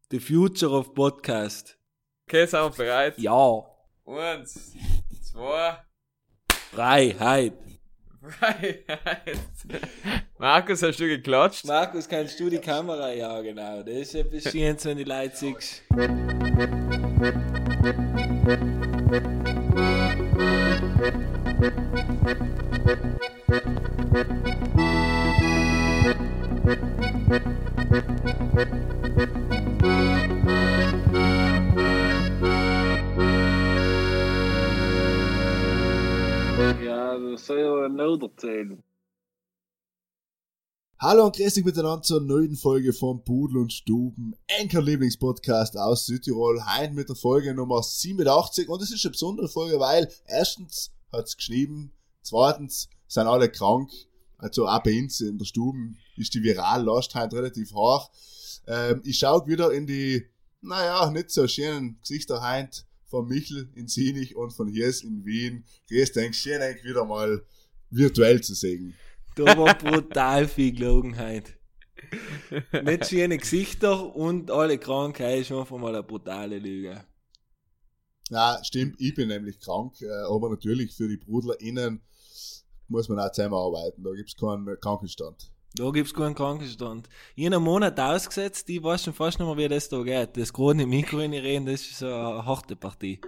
The Future of Podcast. Okay, sind wir bereit? Ja. 1, 2, Freiheit. Freiheit. Markus, hast du geklatscht? Markus, kannst du die Kamera? Ja, genau. Das ist etwas Schönes, wenn die Leute siehst. Ja, das soll ja nicht erzählen. Hallo und grüß dich miteinander zur neuen Folge von Pudel und Stuben, Enker Lieblingspodcast aus Südtirol. Heute mit der Folge Nummer 87 und es ist eine besondere Folge, weil erstens hat's geschrieben, zweitens sind alle krank, also auch bei uns in der Stube ist die Virallast heute relativ hoch. Ich schaue wieder in die, nicht so schönen Gesichter heute von Michel in Sinich und von Hies in Wien. Grüß dich, schön eigentlich wieder mal virtuell zu sehen. Da war brutal viel Gelogenheit. Nicht schöne Gesichter und alle Krankheit ist einfach mal eine brutale Lüge. Ja, stimmt, ich bin nämlich krank, aber natürlich für die BrudlerInnen muss man auch zusammenarbeiten, da gibt's keinen Krankenstand. Da gibt's keinen Krankenstand. Ich habe einen Monat ausgesetzt, ich weiß schon fast nicht mehr, wie das da geht. Das gerade im Mikro reden, das ist so eine harte Partie.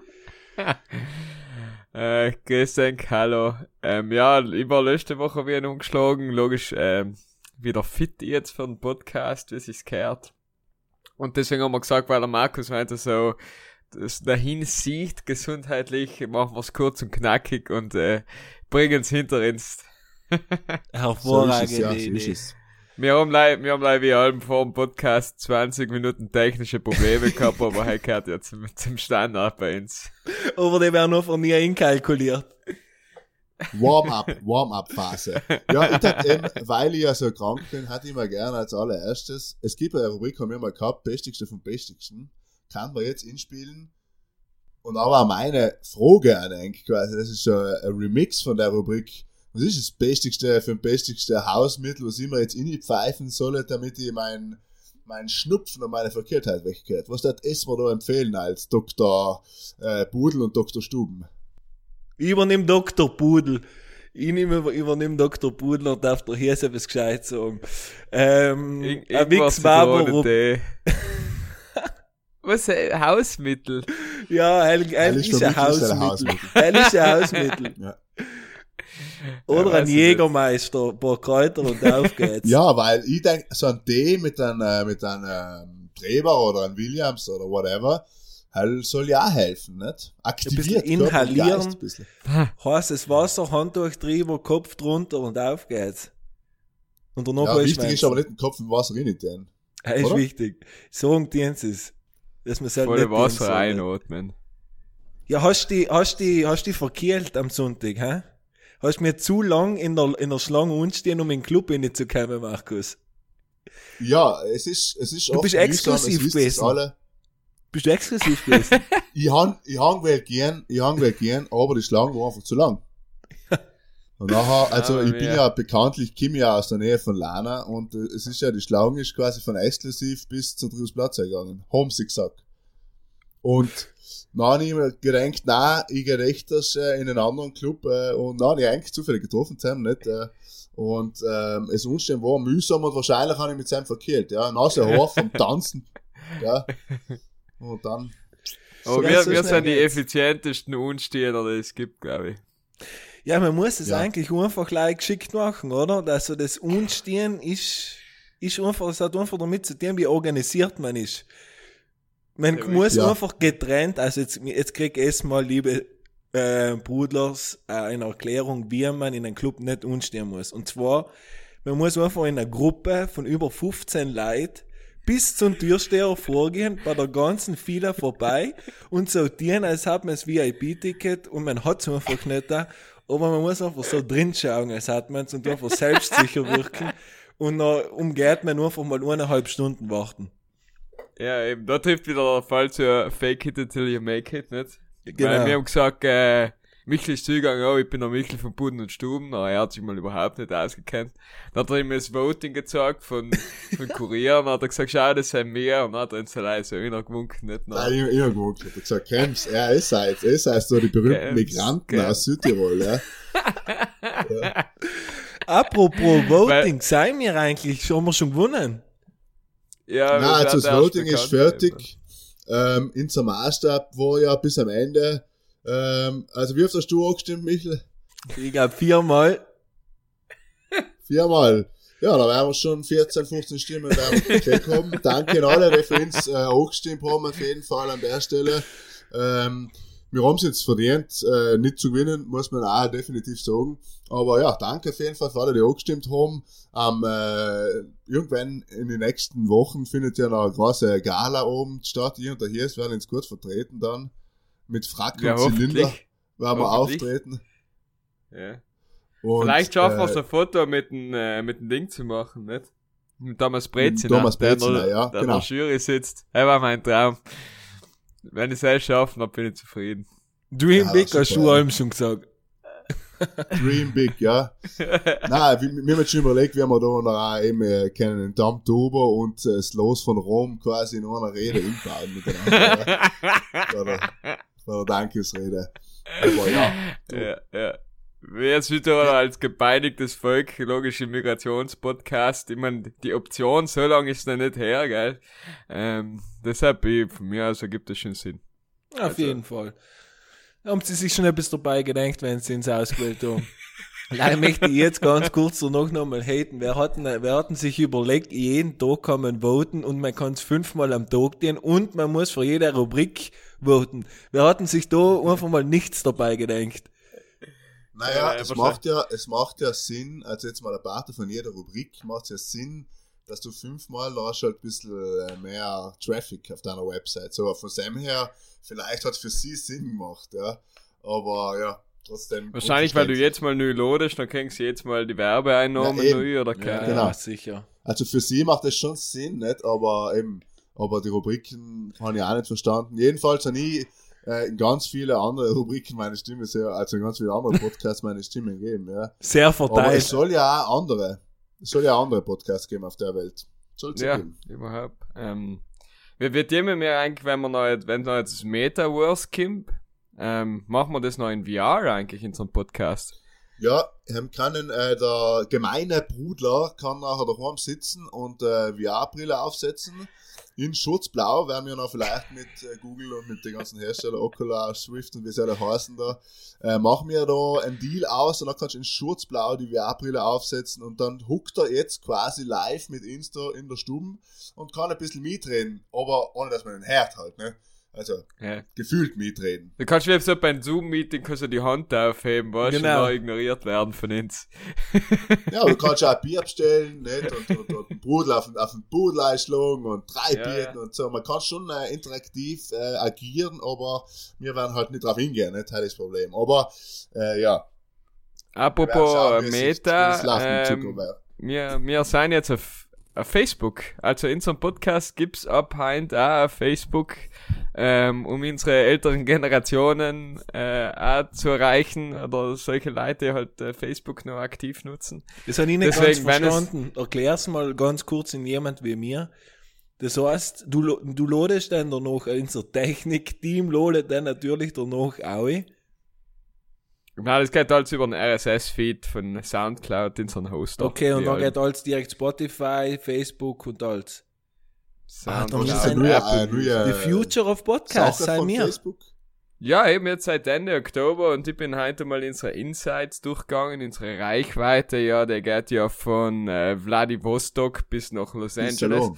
Grüß dich, hallo. Ja, ich war letzte Woche wieder umgeschlagen, logisch, wieder fit jetzt für den Podcast, wie es sich gehört. Und deswegen haben wir gesagt, weil der Markus meinte so, das dahin sieht, gesundheitlich, machen wir es kurz und knackig und bringen es hinter uns. Hervorragende Idee. Wir haben leider wie allem vor dem Podcast 20 Minuten technische Probleme gehabt, aber heute gehört ja zum Standard bei uns. Aber die werden nur von mir einkalkuliert. Warm-up-Phase. Ja, ich dachte eben, weil ich ja so krank bin, hatte ich mal gerne als allererstes, es gibt eine Rubrik, haben wir mal gehabt, Bestigste vom Bestigsten, kann man jetzt inspielen. Und aber meine Frage an eigentlich quasi, das ist so ein Remix von der Rubrik. Was ist das Bestigste für ein bestigste Hausmittel, was ich mir jetzt in die pfeifen soll, damit ich mein Schnupfen und meine Verkehrtheit wegkehrt? Was darf es mir da empfehlen als Dr. Pudel und Dr. Stuben? Ich übernehme Dr. Pudel. Ich übernehme Dr. Pudel und darf der Hies etwas gescheit sagen. Ein Wix Waber. Was Hausmittel? Ja, eigentlich ist ein Hausmittel. Eigentlich ist ein Hausmittel. Ja. Oder ein Jägermeister, ein paar Kräuter und auf geht's. Ja, weil ich denke, so ein Tee mit einem Treber oder einem Williams oder whatever, halt soll ja auch helfen, nicht? Aktiviert. Ein bisschen inhalieren, heißes Wasser, Handtuch drüber, Kopf drunter und auf geht's. Und danach ja, wichtig ist aber nicht den Kopf im Wasser rein tun. Ja, ist wichtig. Sagen die es, dass man selber volle Wasser einatmen. Ja, hast du verkehlt am Sonntag, hä? Hast mir zu lang in der Schlange unstehen, um in den Club reinzukommen, Markus? Ja, es ist du bist exklusiv gewesen. Bist du exklusiv gewesen? ich hang gern, aber die Schlange war einfach zu lang. Und nachher, also ich bin ja bekanntlich, komme ja aus der Nähe von Lana und es ist ja, die Schlange ist quasi von exklusiv bis zum Trausplatz gegangen. Homesick-Sack. Und dann habe ich mir gedacht, ich gehe öfters in einen anderen Club und dann habe ich eigentlich zufällig getroffen zusammen, nicht? Und das Umstehen war mühsam und wahrscheinlich habe ich mit seinem verkehlt, ja. Nase hoch vom Tanzen, ja. Und dann... Aber wir sind die effizientesten Unsteher, die es gibt, glaube ich. Ja, man muss es eigentlich einfach gleich geschickt machen, oder? Also das Unstehen ist einfach, es hat einfach damit zu tun, wie organisiert man ist. Man muss einfach getrennt, also jetzt krieg ich erstmal, liebe Brudlers, eine Erklärung, wie man in einem Club nicht unstehen muss. Und zwar, man muss einfach in einer Gruppe von über 15 Leuten bis zum Türsteher vorgehen, bei der ganzen Fila vorbei und so tun, als hat man das VIP-Ticket und man hat es einfach nicht da, aber man muss einfach so drin schauen, als hat man es und einfach selbstsicher wirken und dann umgeht man einfach mal 1,5 Stunden warten. Ja, eben, da trifft wieder der Fall zu Fake it until you make it, nicht? Genau. Weil wir haben gesagt, wir Michel ist zugegangen, oh, ich bin der Michel von Buden und Stuben, aber er hat sich mal überhaupt nicht ausgekannt. Dann hat er ihm das Voting gezeigt von Kurier, und hat er gesagt, schau, das sind wir, und dann hat er uns allein so gewunken, nicht? Nein, immer gewunken. Hat er gesagt, Camps, ihr seid so die berühmten Migranten aus Südtirol, ja. Ja. Apropos Voting, seien wir eigentlich, haben wir schon gewonnen? Ja, nein, also das Voting ist fertig. Unser Maßstab war ja bis am Ende, also wie oft hast du angestimmt, Michel? Ich glaube 4-mal. 4-mal. Ja, da werden wir schon 14, 15 Stimmen gekriegt haben. Danke an alle, die für uns angestimmt haben, auf jeden Fall an der Stelle. Wir haben es jetzt verdient, nicht zu gewinnen, muss man auch definitiv sagen. Aber ja, danke auf jeden Fall für alle, die angestimmt haben. Irgendwann in den nächsten Wochen findet ja noch eine große Gala oben statt. Ich und der Hirs werden uns gut vertreten dann. Mit Frack und Zylinder werden wir auftreten. Ja. Und, vielleicht schaffen wir so ein Foto mit dem Ding zu machen, nicht? Mit Thomas Brezina. Thomas Brezina, ja, der genau. in der Jury sitzt. Das war mein Traum. Wenn ich es selbst schaffe, dann bin ich zufrieden. Dream Big, hast du allem schon gesagt. Dream Big, ja. Nein, wir haben jetzt schon überlegt, wie wir da noch eben kennen den Damm drüber und das Los von Rom quasi in einer Rede inbauen miteinander. Bei der Dankesrede. Aber ja. Ja. Wir sind da als gepeinigtes Volk, logische Migrationspodcast. Ich meine, die Option, so lange ist noch nicht her, gell? Deshalb, von mir aus ergibt das schon Sinn. Auf jeden Fall. Haben sie sich schon etwas dabei gedacht, wenn sie uns ausgewählt haben? Leider möchte ich jetzt ganz kurz noch mal haten. Wir hatten sich überlegt, jeden Tag kann man voten und man kann es 5-mal am Tag tun und man muss für jede Rubrik voten. Wir hatten sich da einfach mal nichts dabei gedacht. Naja, es macht ja Sinn, also jetzt mal aparte von jeder Rubrik, macht es ja Sinn, dass du 5-mal, da hast du halt ein bisschen mehr Traffic auf deiner Website. So, von dem her, vielleicht hat es für sie Sinn gemacht, ja. Aber ja, trotzdem. Wahrscheinlich, weil du jetzt mal neu lodest, dann kriegst du jetzt mal die Werbeeinnahmen neu, oder keine. Ja, genau, sicher. Also für sie macht das schon Sinn, nicht? Aber die Rubriken habe ich auch nicht verstanden. Jedenfalls habe ich in ganz viele andere Rubriken meine Stimme also in ganz viele andere Podcasts meine Stimme geben, ja. Sehr verteilt. Aber es soll ja auch andere Podcasts geben auf der Welt. Soll's ja geben. Überhaupt. Wir wird immer mehr eigentlich, wenn noch jetzt das Metaverse kommt, machen wir das noch in VR eigentlich in so einem Podcast. Ja, der gemeine Brudler kann nachher daheim sitzen und VR-Brille aufsetzen. In Schutzblau werden wir noch vielleicht mit Google und mit den ganzen Herstellern, Oculus, Swift und wie sie alle heißen da, machen wir da einen Deal aus und dann kannst du in Schutzblau die VR-Brille aufsetzen und dann huckt er jetzt quasi live mit Insta in der Stube und kann ein bisschen mitreden, aber ohne dass man den hört halt, ne? Also, gefühlt mitreden. Du kannst wie so beim Zoom-Meeting kannst du die Hand aufheben, weißt du, genau. Und dann ignoriert werden von uns. Ja, du kannst auch ein Bier bestellen, nicht? Und einen Brudel auf den Pudel einschlagen und 3 Bieren und so. Man kann schon interaktiv agieren, aber wir werden halt nicht drauf hingehen, nicht? Das ist das Problem. Aber, ja. Apropos Meta, wir sind jetzt auf Facebook. Also in unserem Podcast gibt's ab heute auch auf Facebook, um unsere älteren Generationen auch zu erreichen oder solche Leute, die halt Facebook noch aktiv nutzen. Das habe ich nicht ganz verstanden. Erklär's mal ganz kurz in jemand wie mir. Das heißt, du ladest dann danach, unser Technik-Team ladet dann natürlich danach auch. Nein, das geht alles über einen RSS-Feed von Soundcloud in so einen Hoster. Okay, und dann geht alles direkt Spotify, Facebook und alles. Soundcloud. Das ist the future of Podcasts, sei mir. Facebook. Ja, eben jetzt seit Ende Oktober und ich bin heute mal unsere Insights durchgegangen, unsere Reichweite, ja, der geht ja von Vladivostok bis nach Los Angeles.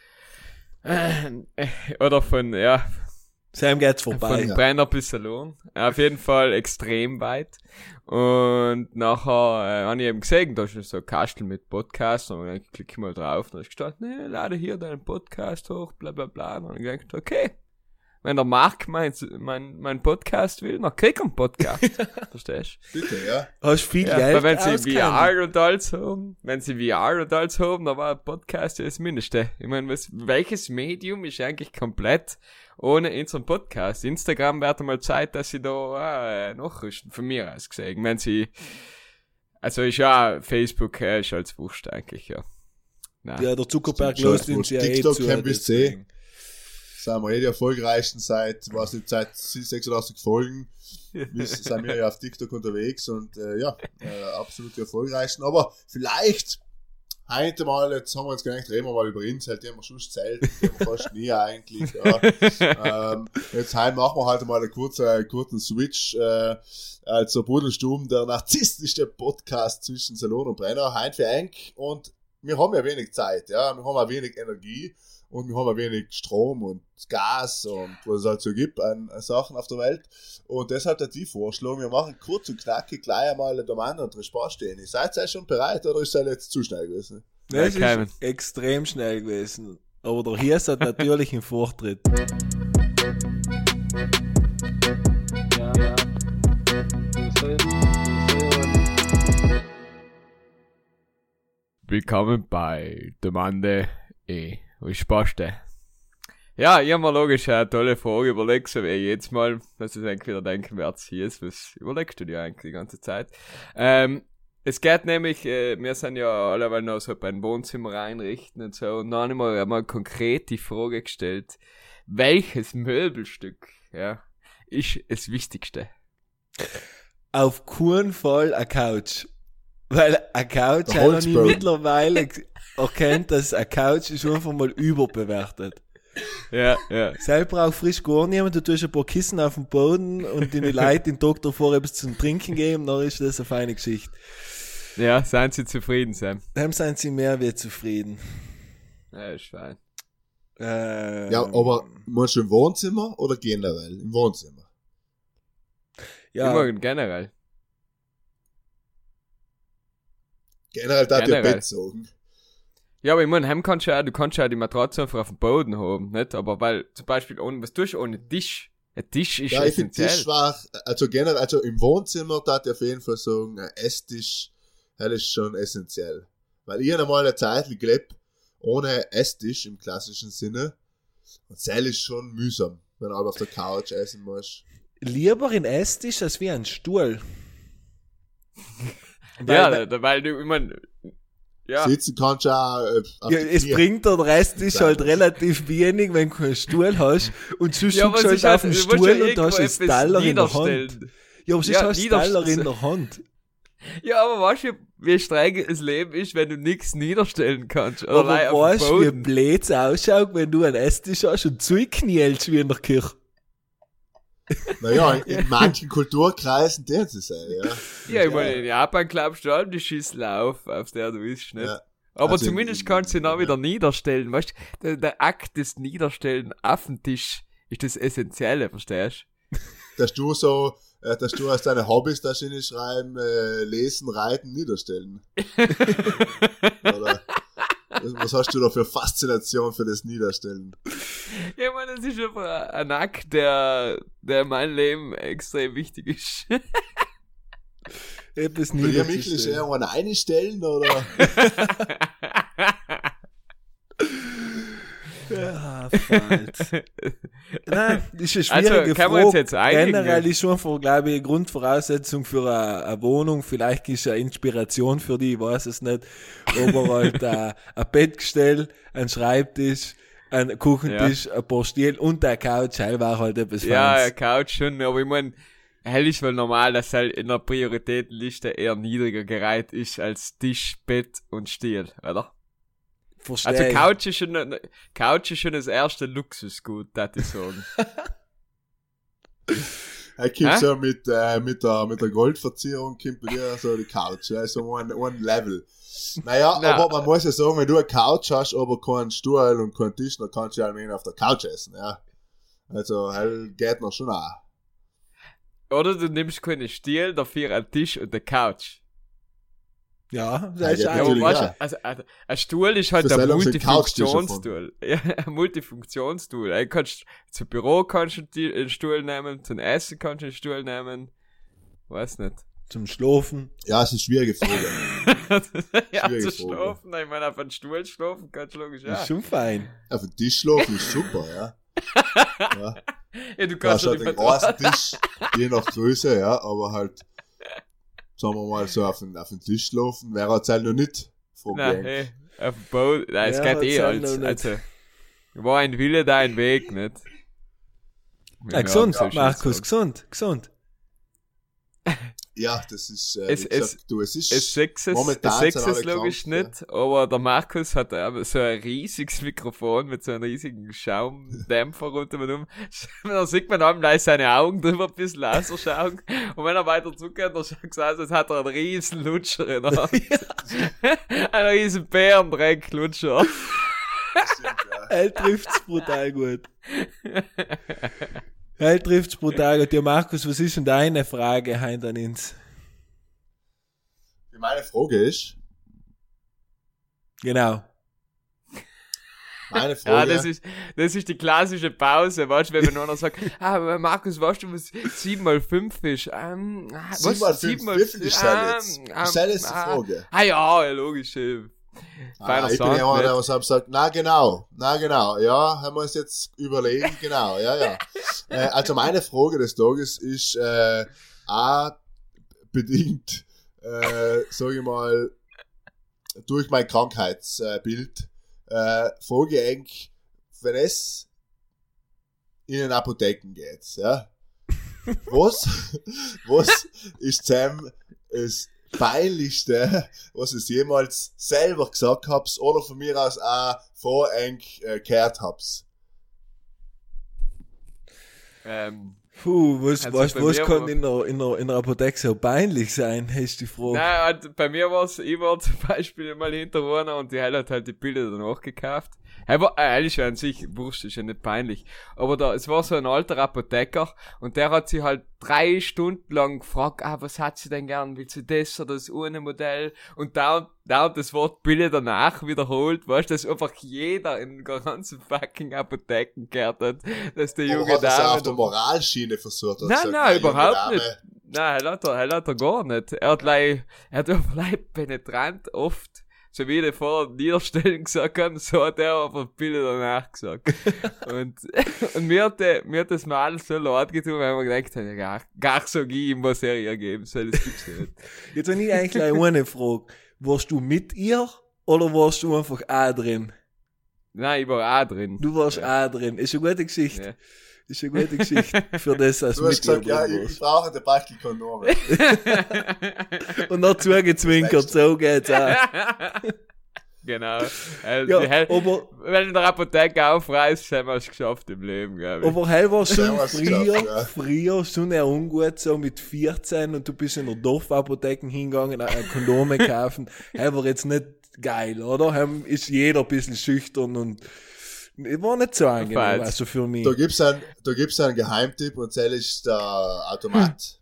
Oder von, ja... Sam geht's vorbei. Von Brenner bis Salon. Auf jeden Fall extrem weit. Und nachher habe ich eben gesehen, da ist so ein Kastel mit Podcast und dann klicke ich mal drauf und dann habe ich gedacht, ne, lade hier deinen Podcast hoch, bla bla bla. Und dann habe ich gedacht, okay, wenn der Marc mein Podcast will, dann krieg ich einen Podcast. Verstehst du? Bitte, ja. Hast viel Ja, Geld weil wenn sie ausgegeben? VR und alles haben, dann war ein Podcast ja das Mindeste. Ich meine, welches Medium ist eigentlich komplett ohne unseren Podcast? Instagram wird einmal Zeit, dass sie da nachrüsten, von mir aus gesehen. Wenn sie, also ist ja Facebook, ist als Wurscht eigentlich, ja. Nein. Ja, der Zuckerberg lässt uns ja TikTok zu. kein bis C. Sind wir die erfolgreichsten seit 86 Folgen. Sind wir ja auf TikTok unterwegs und absolut die erfolgreichsten. Aber vielleicht heute mal, jetzt haben wir uns gedacht, reden wir mal über Insight, die haben wir schon selten, die haben wir fast nie eigentlich. Ja. Jetzt heim machen wir halt mal einen kurzen Switch. Also Budelsturm, der narzisstische Podcast zwischen Salon und Brenner, heute für Enk. Und wir haben ja wenig Zeit, ja, wir haben ja wenig Energie. Und wir haben ein wenig Strom und Gas und was es halt so gibt an Sachen auf der Welt. Und deshalb hat die vorschlagen, wir machen kurz und knackig gleich einmal am anderen Spaß stehen. Seid ihr schon bereit oder ist das jetzt zu schnell gewesen? Das ist extrem schnell gewesen. Aber der Hirs hat natürlich einen Vortritt. Ja. Willkommen bei Demande Wie Spaß der? Ja, ich habe mir logisch eine tolle Frage überlegt, so wie jetzt mal, dass ich eigentlich wieder denken werde, hier ist, was überlegst du dir eigentlich die ganze Zeit? Es geht nämlich, wir sind ja alle noch so beim Wohnzimmer einrichten und so, und dann habe ich mir einmal konkret die Frage gestellt, welches Möbelstück, ja, ist das Wichtigste? Auf keinen Fall eine Couch. Weil eine Couch habe ich mittlerweile erkennt, dass eine Couch ist einfach mal überbewertet. Ja. Selber braucht frisch gar niemand, du tust ein paar Kissen auf dem Boden und den Leuten den Tag davor etwas zum Trinken geben, dann ist das eine feine Geschichte. Ja, seien sie zufrieden, Sam? Dann sind sie mehr wie zufrieden. Ja, ist fein. Ja, aber meinst du im Wohnzimmer oder generell? Im Wohnzimmer? Ja. Immer generell. Generell darf ich ein Bett sagen. Ja, aber ich meine, du kannst ja die Matratze einfach auf dem Boden haben, nicht? Aber weil, zum Beispiel, was tust du ohne Tisch? Ein Tisch ist ja, essentiell. Ja, ich finde Tisch also generell, also im Wohnzimmer darf ich auf jeden Fall sagen, ein Esstisch, das ist schon essentiell. Weil ich habe einmal eine Zeit gelebt, ohne Esstisch im klassischen Sinne. Und das ist schon mühsam, wenn du auf der Couch essen musst. Lieber ein Esstisch als wie ein Stuhl. weil du, ich meine, ja. Sitzen kannst du auch es bringt der Rest ist halt relativ wenig, wenn du keinen Stuhl hast und sonst schaust du halt auf den Stuhl und hast einen Teller in der Hand. Ja, aber sonst hast du einen Teller in der Hand. Ja, aber weißt du, wie streng das Leben ist, wenn du nichts niederstellen kannst? Oder aber weißt du, wie blöd es ausschaut, wenn du einen Esstisch hast und zuknielst wie in der Kirche? Naja, in manchen Kulturkreisen der zu sein, ja. Ja, ich meine, in Japan glaubst du an die Schüssel auf der du bist, nicht? Ja. Aber also zumindest kannst du ihn auch wieder niederstellen, weißt du? Der Akt des Niederstellen auf dem Tisch ist das Essentielle, verstehst du? Dass du aus deinen Hobbys da schreiben, lesen, reiten, niederstellen. Oder? Was hast du da für Faszination für das Niederstellen? Ja, ich meine, das ist einfach ein Akt, der in meinem Leben extrem wichtig ist. Etwas niederstellen. Will ich mich eher mal einstellen, oder? Ja, falsch. Nein, das ist eine schwierige Frage. Generell ist schon, glaube ich, eine Grundvoraussetzung für eine Wohnung. Vielleicht ist eine Inspiration für die, ich weiß es nicht. Aber halt ein Bettgestell, ein Schreibtisch, ein Küchentisch, ein paar Stühle und eine Couch, war halt etwas Ja, eine Couch schon, aber ich meine, hell ist wohl normal, dass halt in der Prioritätenliste eher niedriger gereiht ist als Tisch, Bett und Stuhl, oder? Verstehe. Also Couch ist schon das erste Luxusgut, das ich sagen. Er kommt so mit der Goldverzierung, kommt bei dir so die Couch, ja, so ein Level. Naja, aber man muss ja sagen, wenn du eine Couch hast, aber keinen Stuhl und keinen Tisch, dann kannst du ja halt auf der Couch essen, ja. Also, hell geht noch schon auch. Oder du nimmst keinen Stuhl, dafür einen Tisch und eine Couch. Ja, das ist Ja, eigentlich. natürlich, ja. Also, ein Stuhl ist halt Für ein Sendung sind Multifunktionstool. Ja, ein Multifunktionstool. Zum Büro kannst du einen Stuhl nehmen, zum Essen kannst du einen Stuhl nehmen. Weiß nicht. Zum Schlafen. Ja, es ist eine schwierige Frage. Ja, Schwierige zu Frage. schlafen. Ich meine, auf einem Stuhl schlafen kannst du logisch Ist auch. schon fein. Auf dem Tisch schlafen ist super, ja. Ja. Ja, du Du kannst hast schon halt nicht den vertrauen. großen Tisch, je nach Größe, ja, aber halt, sagen wir mal, so auf den Tisch schlafen, wäre jetzt halt noch nicht vom Nein, Gang. hey, auf dem Boot. Nein, es Ja, geht hat's halt als, noch nicht. also, war ein Wille, da ein Weg, nicht? Ja, gesund, so schön Markus, sagen. gesund. Ja, das ist, Es- wie gesagt, es ist, Es sechs es momentan sechs sind alle es logisch krank, nicht, aber der Markus hat aber so ein riesiges Mikrofon mit so einem riesigen Schaumdämpfer rundherum. Da sieht man allem gleich seine Augen drüber ein bisschen ausschauen. Und wenn er weiter zugeht, dann schaut es aus, als hat er einen riesen Lutscher in der Hand. Einen riesen Bärendreck-Lutscher. Stimmt, ja. Er trifft's brutal gut. Er trifft's brutal gut. Ja, Markus, was ist denn deine Frage heint an uns? Meine Frage ist, Genau. meine Ja, Frage, das ist die klassische Pause, weißt du, wenn man nur noch sagt, Markus, weißt du, was 7 mal 5 ist? 7 mal 5 Würfel ist das jetzt. Ist das jetzt die Frage? Ja, logisch. Feiner Ich bin Sound, jemand, nicht? der sagt, na genau, ja, haben wir uns jetzt überlegen, genau, ja. Also meine Frage des Tages ist, auch bedingt, sage ich mal, durch mein Krankheitsbild, frage ich eigentlich, wenn es in den Apotheken geht, ja, was ist Sam das Peinlichste, was ich jemals selber gesagt hab's oder von mir aus auch vor eng gehört hab's? Was Also bei mir kann war- in der Apotheke so peinlich sein, ist die Frage. Nein, und bei mir war's, ich war zum Beispiel mal hinter einer und die hat halt die Bilder danach gekauft. Er war, eigentlich an sich, wurscht, ist ja nicht peinlich. Aber es war so ein alter Apotheker und der hat sie halt 3 Stunden lang gefragt, was hat sie denn gern? Willst du das oder das ohne Modell? Und da und das Wort Bilder danach wiederholt, weißt du, dass einfach jeder in der ganzen fucking Apotheken gehört hat, dass der Aber junge hat er es auch Dame... auf der Moralschiene versucht? Hat Nein, gesagt, nein, junge überhaupt Dame, nicht. Nein, er hat er gar nicht. Er hat einfach penetrant oft, so wie er vor der Niederstellung gesagt hat, so hat er aber Bilder danach gesagt. und mir hat das mal alles so laut getan, weil wir gedacht haben, ja, gar so ihm was er ihr geben soll, das gibt's nicht. Jetzt habe ich eigentlich gleich eine Frage. Warst du mit ihr oder warst du einfach auch drin? Nein, ich war auch drin. Du warst auch drin. Ist eine gute Geschichte. Ja. Ist eine gute Geschichte für das, als Du hast mit ihr gesagt, ja, drin ich warst. brauche den Bachtel Kondome. Und dazu gezwinkert, so geht's auch. Genau. Ja, aber Wenn du der Apotheke aufreißt, haben wir es geschafft im Leben, glaube ich. Aber hell war schon Ja, was geschafft, ja. früher schon eher ungut, so mit 14 und du bist in der Dorfapotheken hingegangen, Kondome kaufen. Hell war jetzt nicht geil, oder? Hell ist jeder ein bisschen schüchtern und war nicht so angenehm, Falsch. also für mich. Da gibt's einen Geheimtipp und das ist der Automat.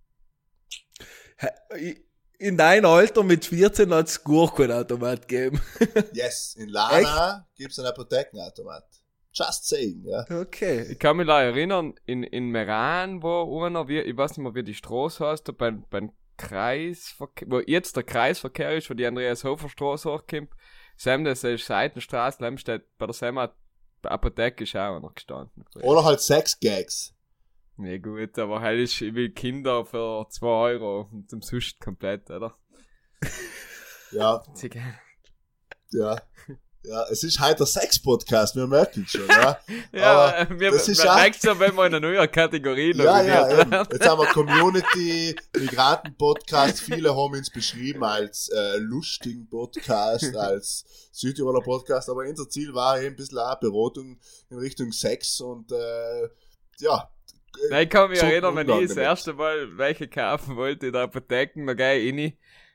In deinem Alter mit 14 hat es gar keinen Automat gegeben. Yes, in Lana gibt's einen Apothekenautomat. Just saying, ja. Okay. Ich kann mich da erinnern, in Meran war einer, ich weiß nicht mehr, wie die Straße heißt, da beim Kreisverkehr, wo jetzt der Kreisverkehr ist, wo die Andreas-Hofer-Straße hochkommt. Sam, das ist Seitenstraße, neben steht bei der Sam Apotheke ist auch noch gestanden. Oder halt Sex-Gags. Ja gut, aber halt ist, ich will Kinder für 2 Euro und zum Sonst komplett, oder? Ja, Sicher. ja. Ja, es ist halt der Sex-Podcast, wir merken schon, ja. Ja, Aber wir das ist merkst ja, wenn wir in eine neue Kategorie Ja, nominiert eben. Jetzt haben wir Community, Migranten-Podcast. Viele haben uns beschrieben als lustigen Podcast, als Südtiroler Podcast. Aber unser Ziel war eben ein bisschen auch Beratung in Richtung Sex und ja. Nein, ich kann mich So erinnern, wenn ich das unangenehm. erste Mal welche kaufen wollte in der Apotheke, da gehe ich rein,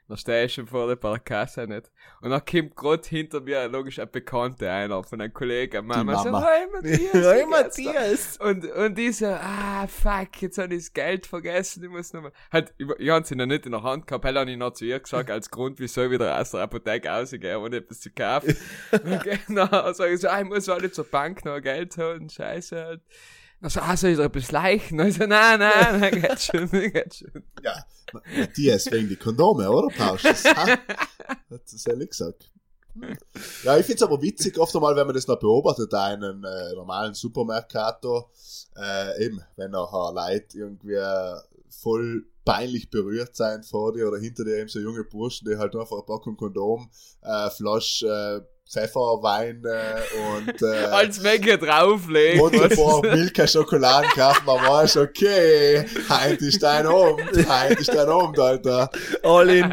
Dann stehe ich schon vor der Kasse nicht. Und dann kommt gerade hinter mir logisch ein Bekannter einer von einem Kollegen. Mama so, hi Matthias. Hi Matthias. Und ich so, fuck, jetzt habe ich das Geld vergessen, ich muss nochmal. Halt, ich habe sie noch nicht in der Hand gehabt, habe ich noch zu ihr gesagt, als Grund, wieso ich wieder aus der Apotheke rausgehe, ohne etwas zu kaufen. Okay, dann sage ich so, ich muss alle zur Bank noch Geld holen, scheiße halt. Dann so, soll ich da etwas leichen? Dann so, nein, geht schon. Ja, Matthias, wegen die Kondome, oder? Pausch, das hat es ehrlich gesagt. Ja, ich find's aber witzig, oft einmal, wenn man das noch beobachtet, einen normalen Supermercato, eben, wenn nachher Leute irgendwie voll peinlich berührt sein vor dir oder hinter dir eben so junge Burschen, die halt einfach eine Packung Kondom, Flasche Pfefferwein und als Menge drauflegen und davor Milka Schokolade kaufen, man weiß, okay, heute ist dein Abend, Alter. All in.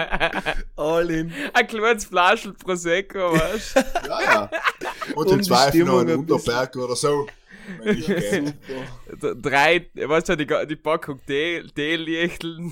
Ein kleines Flaschel Prosecco, weißt du? Ja. Und im Zweifel noch ein Unterberg oder so. Wenn ich gehe. Weißt du, die Packung Teelichteln.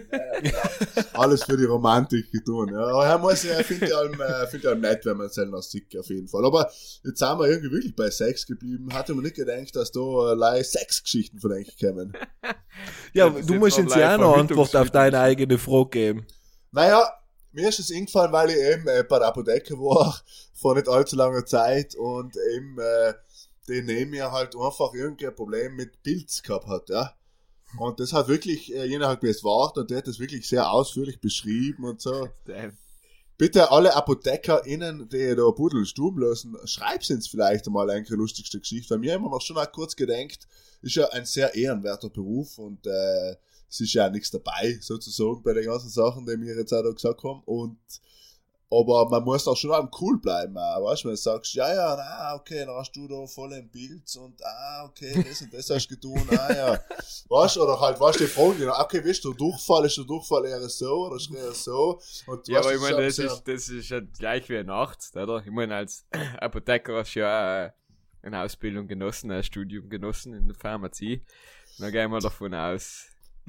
Alles für die Romantik getan, ja. Aber finde ich allem nett, wenn man es noch sieht, auf jeden Fall. Aber jetzt sind wir irgendwie wirklich bei Sex geblieben. Hatte man nicht gedacht, dass da Sexgeschichten von euch kommen. Ja, du musst uns ja auch noch Antwort auf deine eigene Frage geben. Naja, mir ist es eingefallen, weil ich eben bei der Apotheke war, vor nicht allzu langer Zeit und eben die neben mir halt einfach irgendein Problem mit Pilz gehabt hat, ja. Und das hat wirklich, jener hat mir es wart und der hat das wirklich sehr ausführlich beschrieben und so. Damn. Bitte alle ApothekerInnen, die da Pudel stumm lassen, schreib's uns vielleicht einmal eine lustigste Geschichte, weil mir immer noch schon auch kurz gedenkt, ist ja ein sehr ehrenwerter Beruf und es ist ja nichts dabei, sozusagen, bei den ganzen Sachen, die wir jetzt auch da gesagt haben und aber man muss auch schon am cool bleiben, weißt du, wenn du sagst, okay, dann hast du da voll ein Bild und okay, das und das hast du getan, ja. Weißt du, oder halt, weißt du, die Fragen, okay, ist der Durchfall eher so oder ist eher so? Und, ja, aber ich meine, das ist ja gleich wie ein Arzt, oder? Ich meine, als Apotheker hast du ja eine Ausbildung genossen, ein Studium genossen in der Pharmazie. Dann gehen wir davon aus.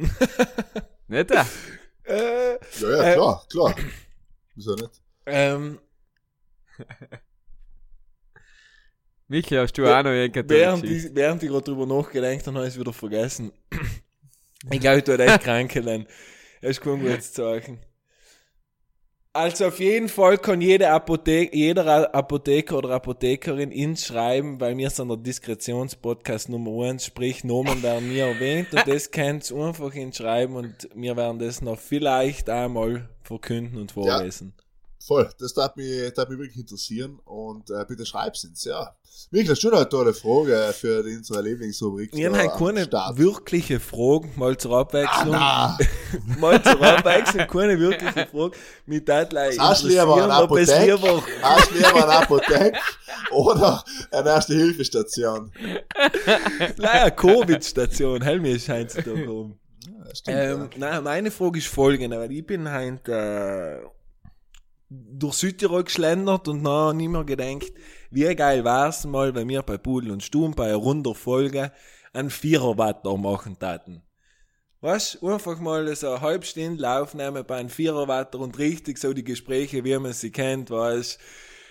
Nicht da? Ja, klar. Wieso nicht? Michi, hast du auch noch während ich gerade drüber nachgedacht habe, habe ich es wieder vergessen. Ich glaube, ich tue echt krank sein. Das ist kein gutes Zeichen. Also auf jeden Fall kann jeder Apotheker oder Apothekerin uns schreiben, weil wir sind der Diskretionspodcast Nummer 1, sprich Nomen werden nie erwähnt und das könnt ihr einfach schreiben und wir werden das noch vielleicht einmal verkünden und vorlesen. Ja. Voll, das darf mich wirklich interessieren und bitte schreib's uns, ja. Michael, hast du noch eine tolle Frage für unsere Lieblingsrubrik? Wir haben keine wirkliche Frage, mal zur Abwechslung. Mal zur Abwechslung, keine wirkliche Frage. Mit Deadline interessieren, ob es lieber... Hast du lieber eine Apotheke oder eine Erste-Hilfe-Station? Eine Covid-Station, mir scheint es da rum. Ja, stimmt, Nein, meine Frage ist folgende, weil ich bin heute... durch Südtirol geschlendert und noch nicht mehr gedacht, wie geil wär's mal, wenn wir bei Pudel und Stumm bei einer runder Folge einen 4er-Watter machen taten. Weißt du, einfach mal so eine halbe Stunde aufnehmen bei einem 4er-Watter und richtig so die Gespräche, wie man sie kennt, weißt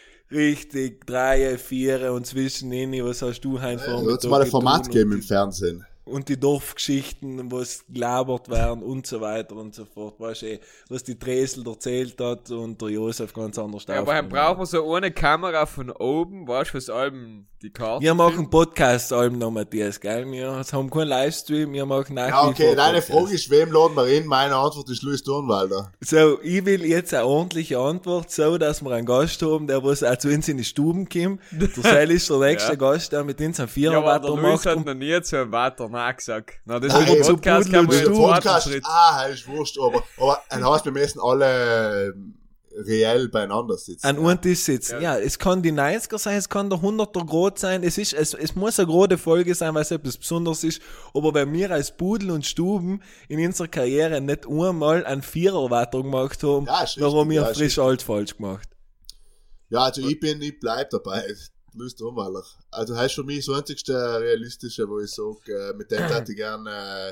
richtig 3, 4 und zwischendrin, was hast du heute vor mir? Wird es mal ein Format geben im Fernsehen. Und die Dorfgeschichten, was gelabert werden und so weiter und so fort. Weißt du, was die Dresel erzählt hat und der Josef ganz anders ja, aber dann brauchen wir so ohne Kamera von oben, weißt du, was Alben die Karten. Wir machen Podcast-Alben noch, Matthias, gell? Wir haben keinen Livestream, wir machen nach ja, okay, deine Frage ist, wem laden wir in? Meine Antwort ist Luis Dornwalder. So, ich will jetzt eine ordentliche Antwort, so, dass wir einen Gast haben, der was auch zu uns in die Stuben kommt. Der Sel ist der nächste Gast, der mit uns einen 4er-Watter macht. Luis hat noch nie zu einem Watter nachgesagt. Na, das ist ein Podcast, kann man Podcast, ist wurscht, aber ein heißt, wir müssen alle reell beieinander sitzen. An einem Tisch sitzen. Ja, es kann die 90er sein, es kann der 100er Grad sein, es muss eine gerade Folge sein, weil es etwas Besonderes ist, aber wenn wir als Pudel und Stuben in unserer Karriere nicht einmal einen 4er-Watter gemacht haben, dann haben wir frisch alt falsch gemacht. Ja, also ich bleib dabei. Luis Dornwalder. Also heißt für mich das einzigste realistische, wo ich sage, mit dem hätte ich gerne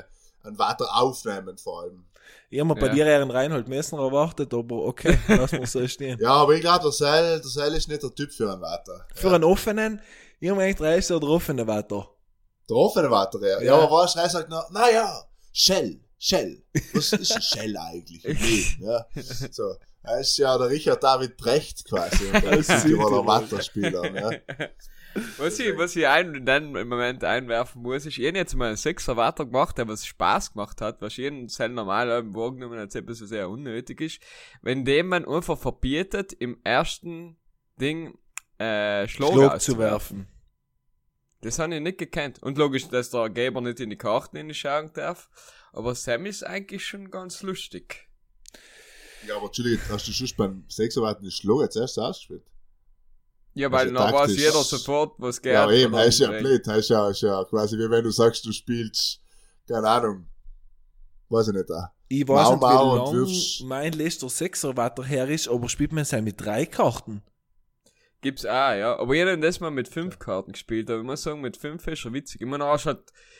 ein weiter aufnehmen vor allem. Ich habe mir bei dir einen Reinhold Messner erwartet, aber okay, lassen wir so stehen. Ja, aber ich glaube, der Seil ist nicht der Typ für einen Wetter. Für einen offenen, ich habe eigentlich drei der offene Wetter. Der offene Wetter, ja. Ja, aber was er sagt, naja, Shell. Was ist ein Shell eigentlich? Ja, so. Er ist ja der Richard David Brecht quasi. Und der Südtiroler Watterspieler, ja. Was ich dann im Moment einwerfen muss, ist, ich jetzt mal einen 6er Watter gemacht, der was Spaß gemacht hat, was jeden Zell normal wahrgenommen hat, etwas sehr unnötig ist, wenn dem man einfach verbietet, im ersten Ding, Schlag zu werfen. Das habe ich nicht gekannt. Und logisch, dass der Geber nicht in die Karten schauen darf, aber Sam ist eigentlich schon ganz lustig. Ja, aber Entschuldigung, hast du schon beim 6er Watter den Schlag jetzt erst ausgespielt? Ja, weil dann weiß jeder sofort, was geht. Ja, eben, er ist ja blöd, er ist ja quasi wie wenn du sagst, du spielst, keine Ahnung, weiß ich nicht, ich weiß nicht, wie lang mein letzter 6er Watter her ist, aber spielt man sein mit 3 Karten? Gibt's auch, ja. Aber jeder hat das mal mit 5 Karten gespielt, aber ich muss sagen, mit 5 ist schon witzig. Ich meine, auch schon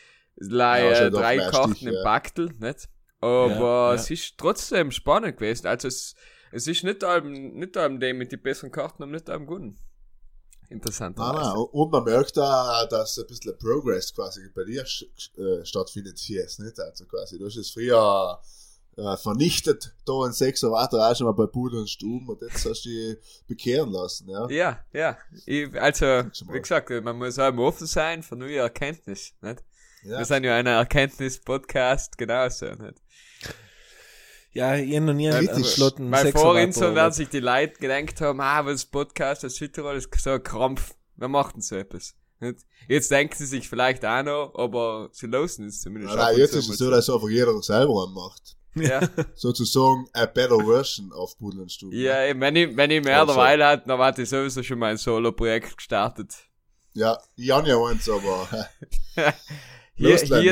3 Karten im Baktel, nicht? Aber es ist trotzdem spannend gewesen. Also es ist nicht allem dem mit den besseren Karten, aber nicht allem guten. Interessant. Und man merkt da, dass ein bisschen Progress quasi bei dir stattfindet hier, nicht? Also quasi, du hast es früher vernichtet, da ein 6er Watter auch schon mal bei Pudel und Stuben und jetzt hast du dich bekehren lassen, ja? Ja. Wie gesagt, man muss auch offen sein für neue Erkenntnis, nicht? Ja. Wir sind ja ein Erkenntnis-Podcast, genauso, nicht? Ja, ich noch nie einen Schlotten. Weil vorhin so werden sich die Leute gedacht haben, was Podcast aus Südtirol ist so ein Krampf. Wer macht denn so etwas? Nicht? Jetzt denken sie sich vielleicht auch noch, aber sie losen es zumindest. Nein, jetzt ist es so, dass einfach jeder selber macht. Ja. Sozusagen a better version auf Pudel und Stuben. Ja, wenn ich mehr derweil hatte, dann hatte ich sowieso schon mein Solo-Projekt gestartet. Ja, ich habe ja eins, aber... Hier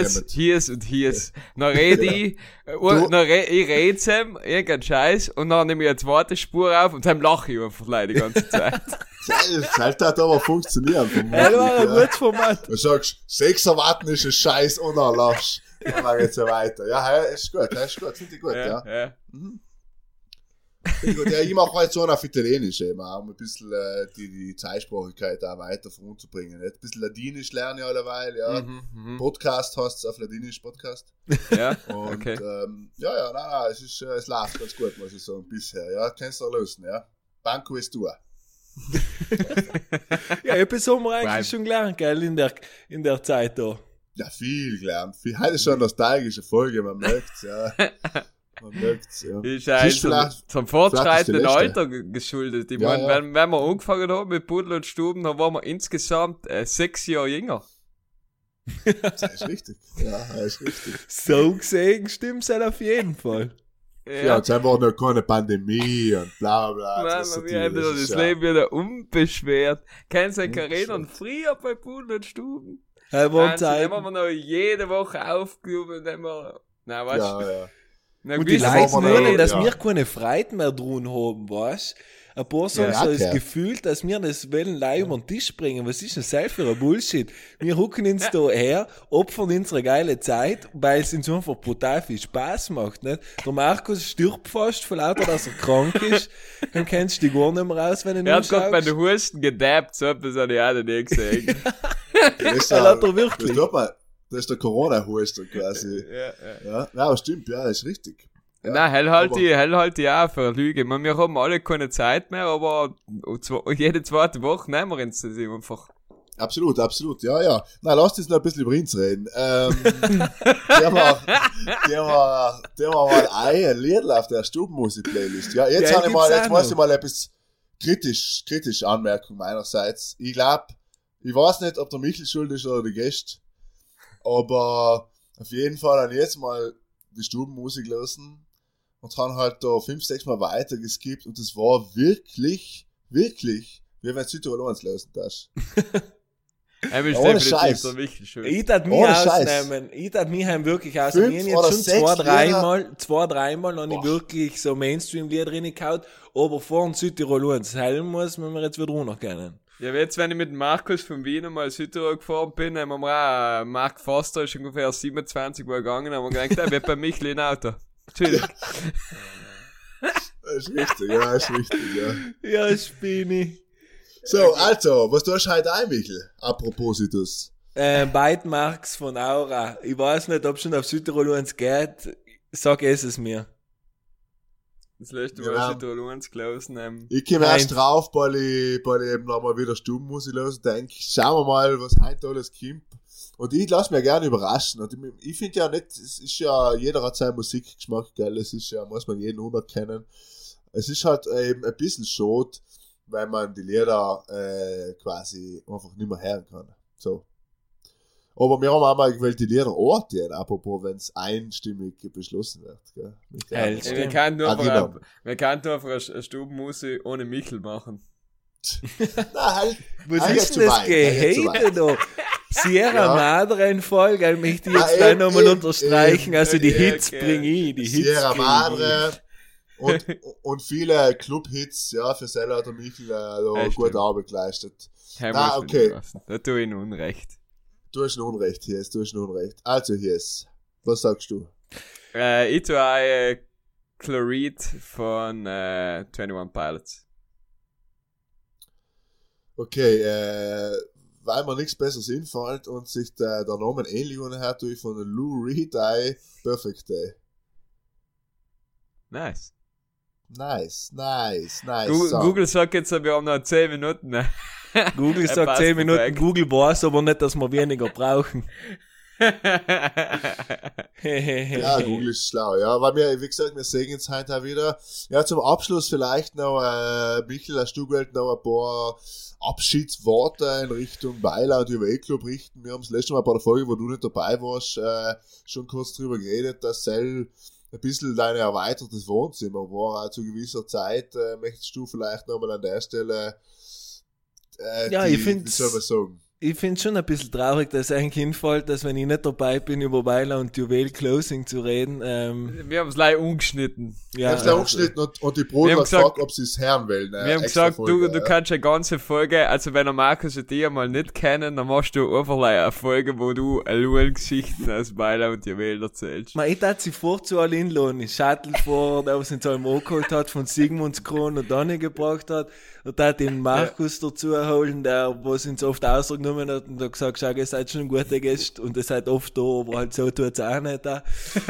ist. Dann rede ich, ich rede ihm, irgendein Scheiß, und dann nehme ich eine zweite Spur auf, und dann lache ich einfach leider die ganze Zeit. Das hat aber funktioniert. Das war ein gutes Format. Du sagst, 6er Watten ist ein Scheiß, und dann lachst. Und dann geht's ja weiter. Ja, ist gut, finde ich gut, ja. Mhm. Ja, ich mache halt so auf Italienisch eben, um ein bisschen die Zweisprachigkeit auch weiter voranzubringen. Ein bisschen Ladinisch lerne ich alleweil, ja. Podcast heißt es auf Ladinisch, Podcast. Ja, und, okay. Nein, es läuft ganz gut, muss ich sagen, bisher, ja. Kannst du lösen, ja. Banco ist du. Ja, etwas haben wir eigentlich schon gelernt, gell, in der Zeit da. Ja, viel gelernt. Heute ist schon eine nostalgische Folge, man merkt's, ja. Man merkt's, ja. Ist eigentlich zum fortschreitenden Alter geschuldet. Ich meine, wenn wir angefangen haben mit Pudel und Stuben, dann waren wir insgesamt 6 Jahre jünger. Das ist richtig. Ja, das ist richtig. So gesehen stimmt's halt auf jeden Fall. Ja, jetzt haben wir noch keine Pandemie und bla bla. Wir haben das Leben wieder unbeschwert. Kennen Sie erinnern, früher bei Pudel und Stuben? Dann haben wir noch jede Woche aufgehoben und haben nein, weißt du? Ja. Und die Leute meinen, dass wir keine Freude mehr drin haben, weißt du? Ein paar sagen so das Gefühl, dass wir das wollen live über den Tisch bringen. Was ist denn das für ein Bullshit? Wir hucken uns da her, opfern unsere geile Zeit, weil es uns einfach brutal viel Spaß macht, nicht? Der Markus stirbt fast, von lauter, dass er krank ist. Dann kennst du dich gar nicht mehr raus, wenn du Er hat gerade bei den Husten gedappt, so etwas habe ich auch noch nie gesehen. Das hat er wirklich. Das ist der Corona-Husten quasi. Ja, das stimmt, ja, das ist richtig. Ja, nein, hell halt die auch für eine Lüge. Ich meine, wir haben alle keine Zeit mehr, aber jede zweite Woche nehmen wir uns das einfach. Absolut, ja. Na, lasst uns noch ein bisschen über uns reden. Der war mal ein Lied auf der Stubenmusik-Playlist. Ja, jetzt muss ich mal etwas kritisch Anmerkung meinerseits. Ich weiß nicht, ob der Michel schuld ist oder die Gäste. Aber auf jeden Fall dann jetzt mal die Stubenmusik lassen und haben halt da 5-6 Mal weiter geskippt und es war wirklich, wie wenn Südtirol uns lösen das. Ohne Scheiß. Ich darf mich ausnehmen. Ich darf mich wirklich ausnehmen. Ich habe jetzt schon 2-3 Mal noch nicht wirklich so Mainstream-Lieder reingehauen, aber vor dem Südtirol uns helfen muss, wenn wir jetzt wieder runtergehen. Ja, jetzt, wenn ich mit Markus von Wien mal Südtirol gefahren bin, haben wir auch, Mark Forster ist ungefähr 27 Mal gegangen, haben wir gedacht, er wird bei Michel in Auto. Chillig. Das ist richtig, ja. Ja, Spini. So, also, was tust du heute ein, Michel? Apropos. Bytemarks von Aura. Ich weiß nicht, ob schon auf Südtirol uns geht. Sag es mir. Das letzte Mal Südtirol uns gelesen. Ich komme erst drauf, weil ich eben nochmal wieder Stubenmusik los und denke, schauen wir mal, was heute alles kommt. Und ich lasse mich gerne überraschen. Und ich finde ja nicht, es ist ja, jeder hat seinen Musikgeschmack, gell, es ist ja, muss man jeden unerkennen. Es ist halt eben ein bisschen schade, weil man die Lieder quasi einfach nicht mehr hören kann. So. Aber wir haben auch mal gewählt, die Lieder orten, apropos, wenn es einstimmig beschlossen wird. Gell? Wir können nur einfach eine Stubenmusik ohne Michel machen. Na, halt. Was ist denn das Gehate da? Sierra Madre in Folge, ich möchte jetzt gleich nochmal unterstreichen, also die Hits bringe ich, die Hits Sierra Madre und viele Club-Hits, ja, für Sella hat der Michel gute Arbeit geleistet. Okay. Da tue ich Ihnen Unrecht. Du hast ein Unrecht, hier ist, Also, hier ist. Was sagst du? Ich tue auch Chloride von 21 Pilots. Okay, weil mir nichts Besseres einfällt und sich der Name ähnlich anhört, tue ich von Lou Reed Perfect Day. Nice. Google sagt jetzt, wir haben noch 10 Minuten. Google sagt 10 Minuten, perfekt. Google weiß aber nicht, dass wir weniger brauchen. Ja, Google ist schlau, ja. Weil wir, wie gesagt, wir sehen jetzt heute auch wieder. Ja, zum Abschluss vielleicht noch, Michel, hast du gewählt, noch ein paar Abschiedsworte in Richtung Weiler und über E-Club richten. Wir haben das letzte Mal bei der Folge, wo du nicht dabei warst, schon kurz drüber geredet, dass Cell ein bisschen dein erweitertes Wohnzimmer war, zu gewisser Zeit. Möchtest du vielleicht nochmal an der Stelle ich finde es schon ein bisschen traurig, dass es eigentlich hinfällt, dass wenn ich nicht dabei bin, über Weiler und Juwel Closing zu reden. Wir haben es leider umgeschnitten. Wir haben es leider umgeschnitten und die Bruder hat gefragt, ob sie es hören wollen. Wir haben gesagt, Folge, du kannst eine ganze Folge, also wenn der Markus und die mal nicht kennen, dann machst du einfach eine Folge, wo du Luan-Geschichten aus Weiler und Juwel erzählst. Ich dachte, sie vorzu alle inladen. Ich Shuttle vor, der was in so einem angeholt hat, von Sigmundskron und dann gebracht hat. Und da den Markus dazu holen, der was uns oft ausgenommen hat und hat gesagt, schau, ihr seid schon ein guter Gast und ihr seid oft da, aber halt so tut's auch nicht da.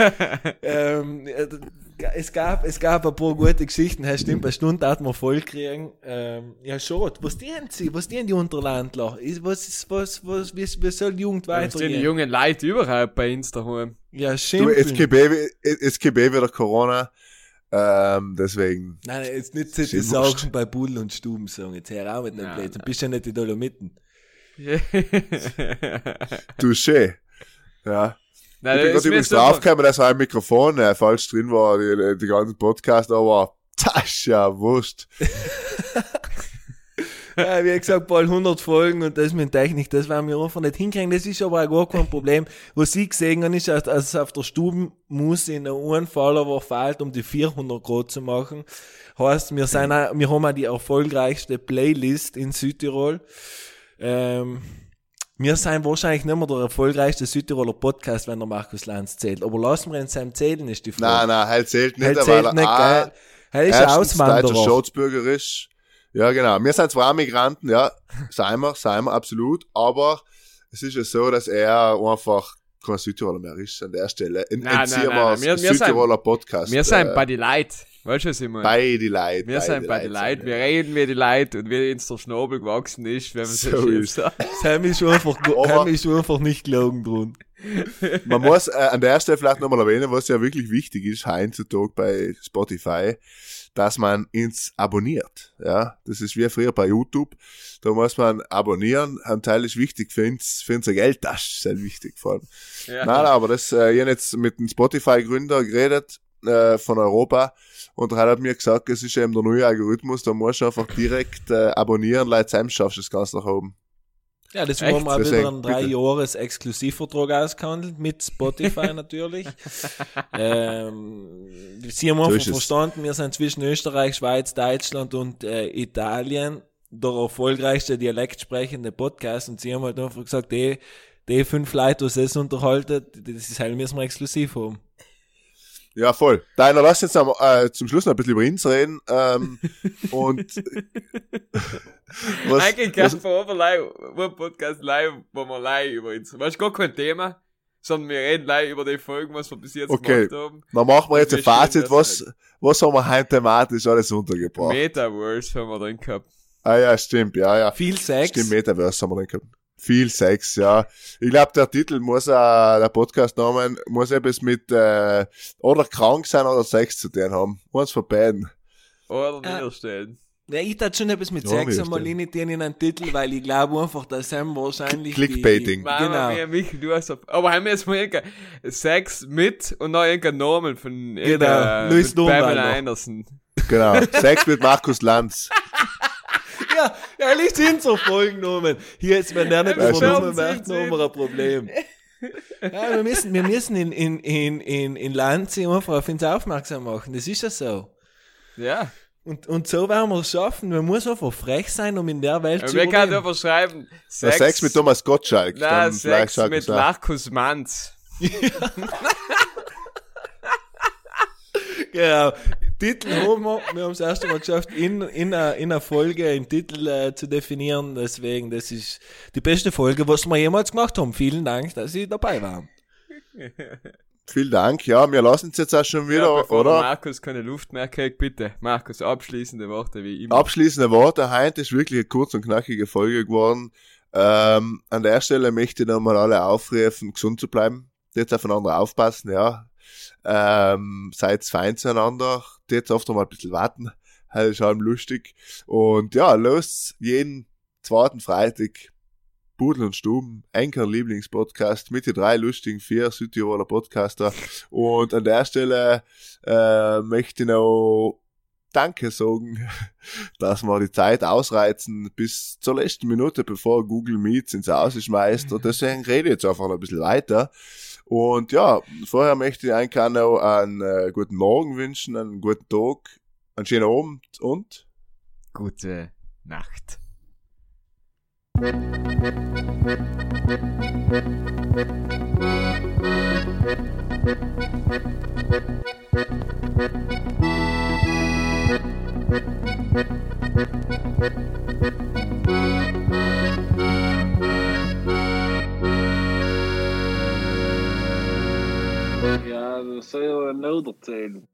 Es gab ein paar gute Geschichten, das stimmt, eine Stunde hat man voll kriegen. Ja, schade. Was dienen die Unterlandler? Wie soll die Jugend weitergehen? Was die jungen Leute überhaupt bei Insta haben? Ja, stimmt. Es gibt wieder Corona. Deswegen. Nein, jetzt nicht die Sachen bei Bull und Stuben sagen. Jetzt hör auch mit einem Blödsinn. Bist ja nicht die Dolomiten. Touché. Ja. Nein, ich bin gerade übrigens draufgekommen, dass ein Mikrofon falsch drin war, die ganzen Podcast, aber das ist ja wurscht. Ja, wie gesagt, bald 100 Folgen und das mit Technik, das werden wir einfach nicht hinkriegen. Das ist aber auch gar kein Problem. Was ich gesehen habe, ist, dass auf der Stubenmusik in einem Fall aber fehlt, um die 400 Grad zu machen. Heißt, wir haben auch die erfolgreichste Playlist in Südtirol. Wir sind wahrscheinlich nicht mehr der erfolgreichste Südtiroler Podcast, wenn der Markus Lanz zählt. Aber lassen wir ihn seinem zählen, ist die Frage. Nein, halt zählt nicht, weil er ist ein Auswanderer. Deutscher Staatsbürger ist. Ja, genau. Wir sind zwar Migranten, ja, seien wir, absolut, aber es ist ja so, dass er einfach kein Südtiroler mehr ist an der Stelle. Entziehen wir Südtiroler Podcast. Wir sind bei die Leute. Weißt du, was ich meine? Bei die Leute. Wir sind bei die Leute. Wir reden wie die Leute und wie uns der Schnabel gewachsen ist, wenn man so ist. Sam ist einfach nicht gelogen drin. Man muss an der Stelle vielleicht nochmal erwähnen, was ja wirklich wichtig ist, heutzutage bei Spotify, dass man uns abonniert. Ja, das ist wie früher bei YouTube. Da muss man abonnieren. Ein Teil ist wichtig für unsere Geldtasche, ist halt wichtig vor allem. Ja. Nein, aber ich habe jetzt mit dem Spotify-Gründer geredet, von Europa, und er hat mir gesagt, es ist eben der neue Algorithmus, da musst du einfach direkt abonnieren, Leute, zusammen schaffst du das ganz nach oben. Ja, das haben wir auch wieder einen 3-Jahres-Exklusivvertrag ausgehandelt, mit Spotify natürlich. Sie haben einfach verstanden, wir sind zwischen Österreich, Schweiz, Deutschland und Italien. der erfolgreichste Dialekt sprechende Podcast und sie haben halt einfach gesagt, die 5 Leute, die es unterhalten, das halt müssen wir exklusiv haben. Ja, voll. Deiner, lass jetzt zum Schluss noch ein bisschen über uns reden. Und eigentlich kann man einen Podcast live, wo wir live über uns. Was ist gar kein Thema, sondern wir reden live über die Folgen, was wir bis jetzt gemacht haben. Dann machen wir jetzt ein Fazit. Was haben wir heute thematisch alles untergebracht? Metaverse haben wir drin gehabt. Ah ja, stimmt, ja. Viel Sex. Stimmt, Metaverse haben wir drin gehabt. Viel Sex, ja. Ich glaube, der Titel muss der Podcast-Namen muss etwas mit oder krank sein oder Sex zu tun haben. Eins von beiden. Oder niederstellen. Ja, ich tat schon etwas mit Sex einmal in einen Titel, weil ich glaube einfach, dass Sam wahrscheinlich Clickbaiting. Genau. Aber haben wir jetzt mal Sex mit und noch irgendein Namen von Louis Pamela Anderson. Genau. Sex mit Markus Lanz. Ja, liegt hin zur Folgennamen. Hier ist mir nicht übernommen, macht noch mal ein Problem. Ja, wir müssen in Lanzi einfach auf uns aufmerksam machen. Das ist ja so. Ja. Und so werden wir es schaffen. Man muss einfach frech sein, um in der Welt zu überleben. Wir können einfach schreiben, Sex mit Thomas Gottschalk. Nein, Sex mit Markus Manz. Genau. Titel haben wir haben es erst einmal geschafft, in einer Folge einen Titel zu definieren. Deswegen, das ist die beste Folge, was wir jemals gemacht haben. Vielen Dank, dass Sie dabei waren. Vielen Dank. Ja, wir lassen es jetzt auch schon wieder, ja, bevor oder? Markus keine Luft mehr kriegt, bitte. Markus, abschließende Worte wie immer. Abschließende Worte. Heute ist wirklich eine kurz und knackige Folge geworden. An der Stelle möchte ich nochmal alle aufrufen, gesund zu bleiben. Jetzt aufeinander aufpassen, ja. Seid fein zueinander, jetzt oft noch mal ein bisschen warten, halt ist allem lustig und ja, los, jeden zweiten Freitag Pudel und Stuben, Enker Lieblingspodcast mit den 3 lustigen 4 Südtiroler Podcaster und an der Stelle möchte ich noch Danke sagen, dass wir die Zeit ausreizen bis zur letzten Minute, bevor Google Meets ins Haus schmeißt und deswegen rede ich jetzt einfach noch ein bisschen weiter. Und ja, vorher möchte ich eigentlich auch noch einen guten Morgen wünschen, einen guten Tag, einen schönen Abend und gute Nacht. Ja, dat is heel nodig.